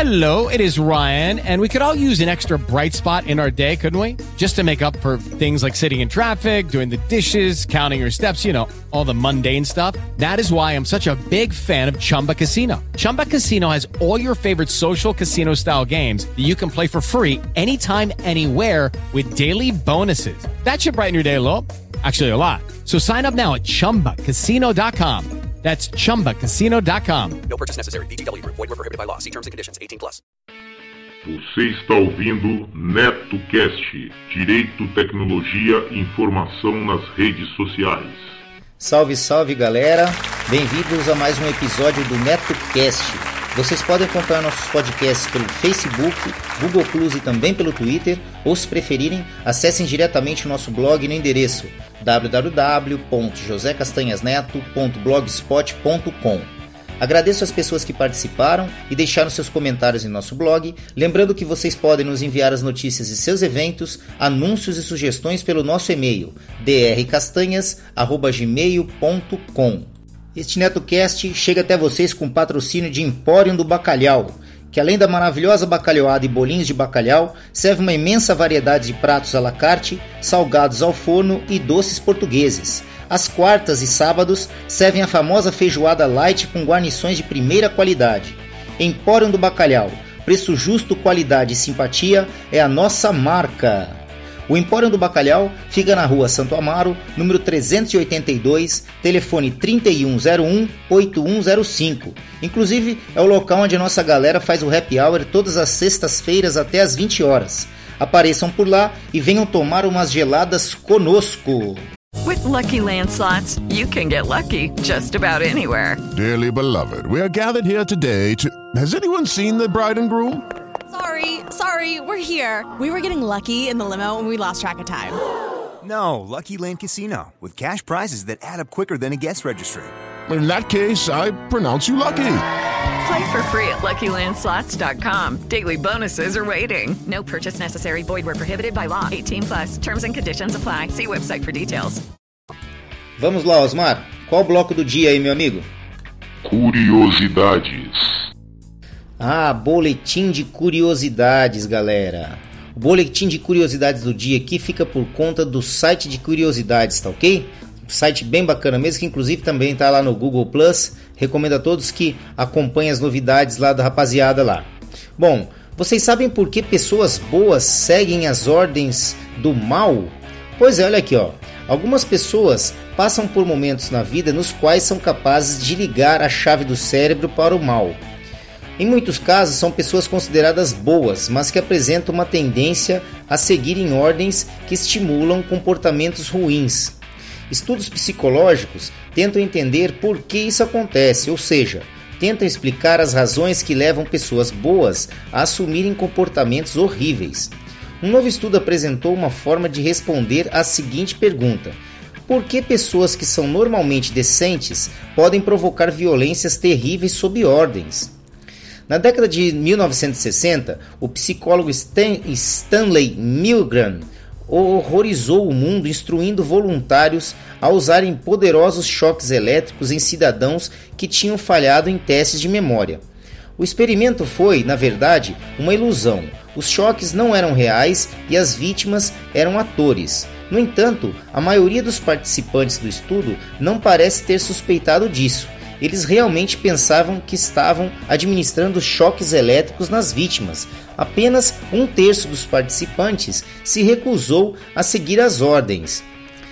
Hello, it is Ryan, and we could all use an extra bright spot in our day, couldn't we? Just to make up for things like sitting in traffic, doing the dishes, counting your steps, you know, all the mundane stuff. That is why I'm such a big fan of Chumba Casino. Chumba Casino has all your favorite social casino-style games that you can play for free anytime, anywhere with daily bonuses. That should brighten your day a little. Actually, a lot. So sign up now at ChumbaCasino.com. That's ChumbaCasino.com. No purchase necessary. VGW Group. Void where prohibited by law. See terms and conditions. 18+. Você está ouvindo NetoCast, Direito, Tecnologia e Informação nas redes sociais. Salve, salve galera! Bem-vindos a mais um episódio do NetoCast. Vocês podem acompanhar nossos podcasts pelo Facebook, Google Plus e também pelo Twitter, ou se preferirem, acessem diretamente o nosso blog no endereço www.josecastanhasneto.blogspot.com. Agradeço às pessoas que participaram e deixaram seus comentários em nosso blog, lembrando que vocês podem nos enviar as notícias de seus eventos, anúncios e sugestões pelo nosso e-mail drcastanhas@gmail.com. Este NetoCast chega até vocês com patrocínio de Empório do Bacalhau, que além da maravilhosa bacalhoada e bolinhos de bacalhau, serve uma imensa variedade de pratos à la carte, salgados ao forno e doces portugueses. Às quartas e sábados servem a famosa feijoada light com guarnições de primeira qualidade. Empório do Bacalhau, preço justo, qualidade e simpatia é a nossa marca. O Empório do Bacalhau fica na rua Santo Amaro, número 382, telefone 3101-8105. Inclusive, é o local onde a nossa galera faz o happy hour todas as sextas-feiras até às 20 horas. Apareçam por lá e venham tomar umas geladas conosco. With Lucky Land Slots, you can get lucky just about anywhere. Dearly beloved, we are gathered here today to... Has anyone seen the bride and groom? Sorry, we're here. We were getting lucky in the limo and we lost track of time. No, Lucky Land Casino, with cash prizes that add up quicker than a guest registry. In that case, I pronounce you lucky. Play for free at LuckyLandSlots.com. Daily bonuses are waiting. No purchase necessary. Void where prohibited by law. 18+. Terms and conditions apply. See website for details. Vamos lá, Osmar. Qual o bloco do dia aí, meu amigo? Curiosidades. Boletim de curiosidades, galera. O boletim de curiosidades do dia aqui fica por conta do site de curiosidades, tá ok? Um site bem bacana mesmo, que inclusive também tá lá no Google Plus. Recomendo a todos que acompanhem as novidades lá da rapaziada lá. Bom, vocês sabem por que pessoas boas seguem as ordens do mal? Pois é, olha aqui, ó. Algumas pessoas passam por momentos na vida nos quais são capazes de ligar a chave do cérebro para o mal. Em muitos casos são pessoas consideradas boas, mas que apresentam uma tendência a seguirem ordens que estimulam comportamentos ruins. Estudos psicológicos tentam entender por que isso acontece, ou seja, tentam explicar as razões que levam pessoas boas a assumirem comportamentos horríveis. Um novo estudo apresentou uma forma de responder à seguinte pergunta: por que pessoas que são normalmente decentes podem provocar violências terríveis sob ordens? Na década de 1960, o psicólogo Stanley Milgram horrorizou o mundo instruindo voluntários a usarem poderosos choques elétricos em cidadãos que tinham falhado em testes de memória. O experimento foi, na verdade, uma ilusão. Os choques não eram reais e as vítimas eram atores. No entanto, a maioria dos participantes do estudo não parece ter suspeitado disso. Eles realmente pensavam que estavam administrando choques elétricos nas vítimas. Apenas 1/3 dos participantes se recusou a seguir as ordens.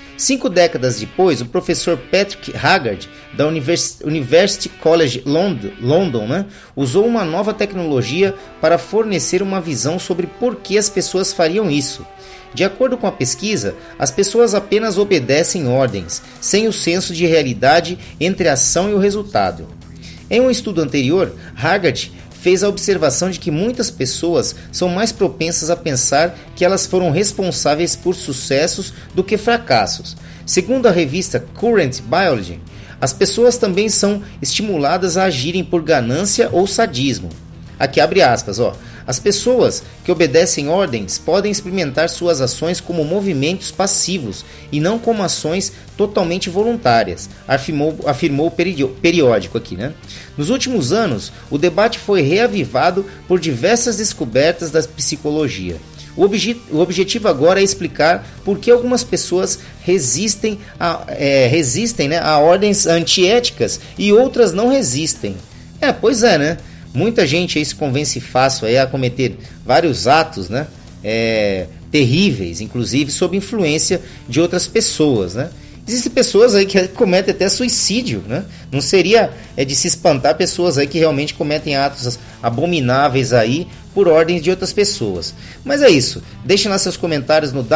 5 décadas depois, o professor Patrick Haggard, da University College London, usou uma nova tecnologia para fornecer uma visão sobre por que as pessoas fariam isso. De acordo com a pesquisa, as pessoas apenas obedecem ordens, sem o senso de realidade entre a ação e o resultado. Em um estudo anterior, Haggard fez a observação de que muitas pessoas são mais propensas a pensar que elas foram responsáveis por sucessos do que fracassos. Segundo a revista Current Biology, as pessoas também são estimuladas a agirem por ganância ou sadismo. Aqui abre aspas, As pessoas que obedecem ordens podem experimentar suas ações como movimentos passivos e não como ações totalmente voluntárias, afirmou o periódico aqui, né? Nos últimos anos, o debate foi reavivado por diversas descobertas da psicologia. O objetivo agora é explicar por que algumas pessoas resistem a ordens antiéticas e outras não resistem. Pois é, né? Muita gente aí se convence fácil aí a cometer vários atos, né? Terríveis, inclusive sob influência de outras pessoas, né? Existem pessoas aí que cometem até suicídio, né? Não seria de se espantar pessoas aí que realmente cometem atos abomináveis aí por ordens de outras pessoas. Mas é isso. Deixem lá seus comentários no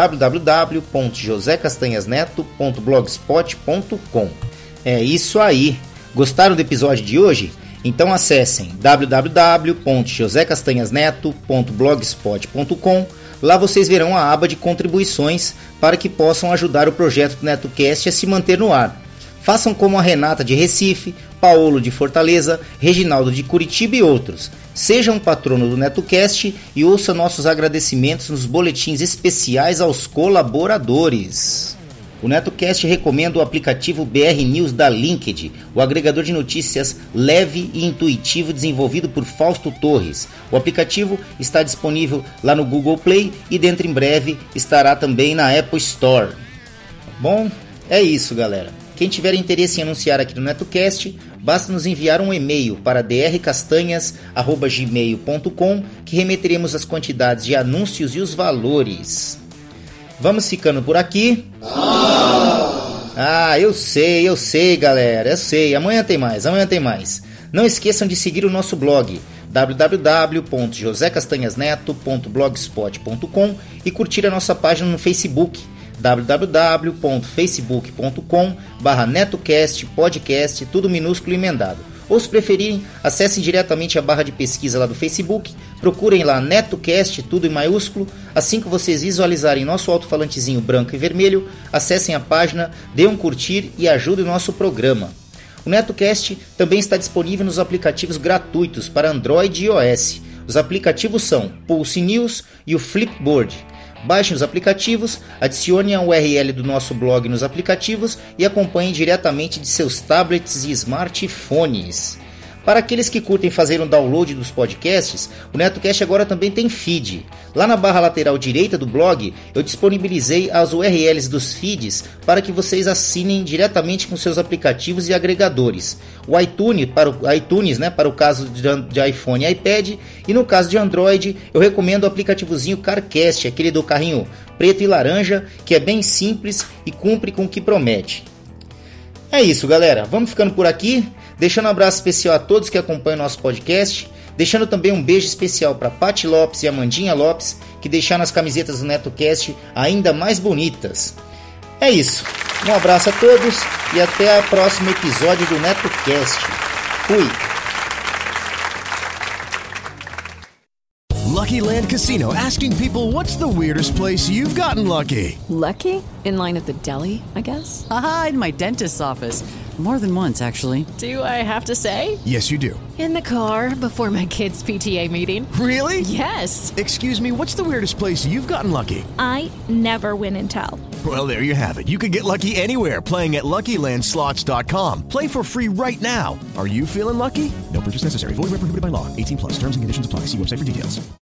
www.josecastanhasneto.blogspot.com. É isso aí. Gostaram do episódio de hoje? Então acessem www.josecastanhasneto.blogspot.com. Lá vocês verão a aba de contribuições para que possam ajudar o projeto do NetoCast a se manter no ar. Façam como a Renata de Recife, Paolo de Fortaleza, Reginaldo de Curitiba e outros. Seja um patrono do NetoCast e ouça nossos agradecimentos nos boletins especiais aos colaboradores. O NetoCast recomenda o aplicativo BR News da Linked, o agregador de notícias leve e intuitivo desenvolvido por Fausto Torres. O aplicativo está disponível lá no Google Play e dentro em breve estará também na Apple Store. Bom, é isso, galera. Quem tiver interesse em anunciar aqui no NetoCast, basta nos enviar um e-mail para drcastanhas@gmail.com que remeteremos as quantidades de anúncios e os valores. Vamos ficando por aqui. Eu sei, galera, eu sei. Amanhã tem mais. Não esqueçam de seguir o nosso blog www.josecastanhasneto.blogspot.com e curtir a nossa página no Facebook www.facebook.com/NetoCast podcast, tudo minúsculo e emendado. Ou se preferirem, acessem diretamente a barra de pesquisa lá do Facebook, procurem lá NetoCast, tudo em maiúsculo. Assim que vocês visualizarem nosso alto-falantezinho branco e vermelho, acessem a página, dêem um curtir e ajudem o nosso programa. O NetoCast também está disponível nos aplicativos gratuitos para Android e iOS. Os aplicativos são Pulse News e o Flipboard. Baixem os aplicativos, adicionem a URL do nosso blog nos aplicativos e acompanhem diretamente de seus tablets e smartphones. Para aqueles que curtem fazer um download dos podcasts, o NetoCast agora também tem feed. Lá na barra lateral direita do blog, eu disponibilizei as URLs dos feeds para que vocês assinem diretamente com seus aplicativos e agregadores. O iTunes, para o caso de iPhone e iPad, e no caso de Android, eu recomendo o aplicativozinho CarCast, aquele do carrinho preto e laranja, que é bem simples e cumpre com o que promete. É isso, galera. Vamos ficando por aqui. Deixando um abraço especial a todos que acompanham o nosso podcast. Deixando também um beijo especial para Paty Lopes e Amandinha Lopes, que deixaram as camisetas do NetoCast ainda mais bonitas. É isso. Um abraço a todos e até o próximo episódio do NetoCast. Fui! Lucky Land Casino, asking people, what's the weirdest place you've gotten lucky? Lucky? In line at the deli, I guess? Aha, in my dentist's office. More than once, actually. Do I have to say? Yes, you do. In the car before my kids' PTA meeting. Really? Yes. Excuse me, what's the weirdest place you've gotten lucky? I never win and tell. Well, there you have it. You can get lucky anywhere, playing at LuckyLandSlots.com. Play for free right now. Are you feeling lucky? No purchase necessary. Void where prohibited by law. 18+. Terms and conditions apply. See website for details.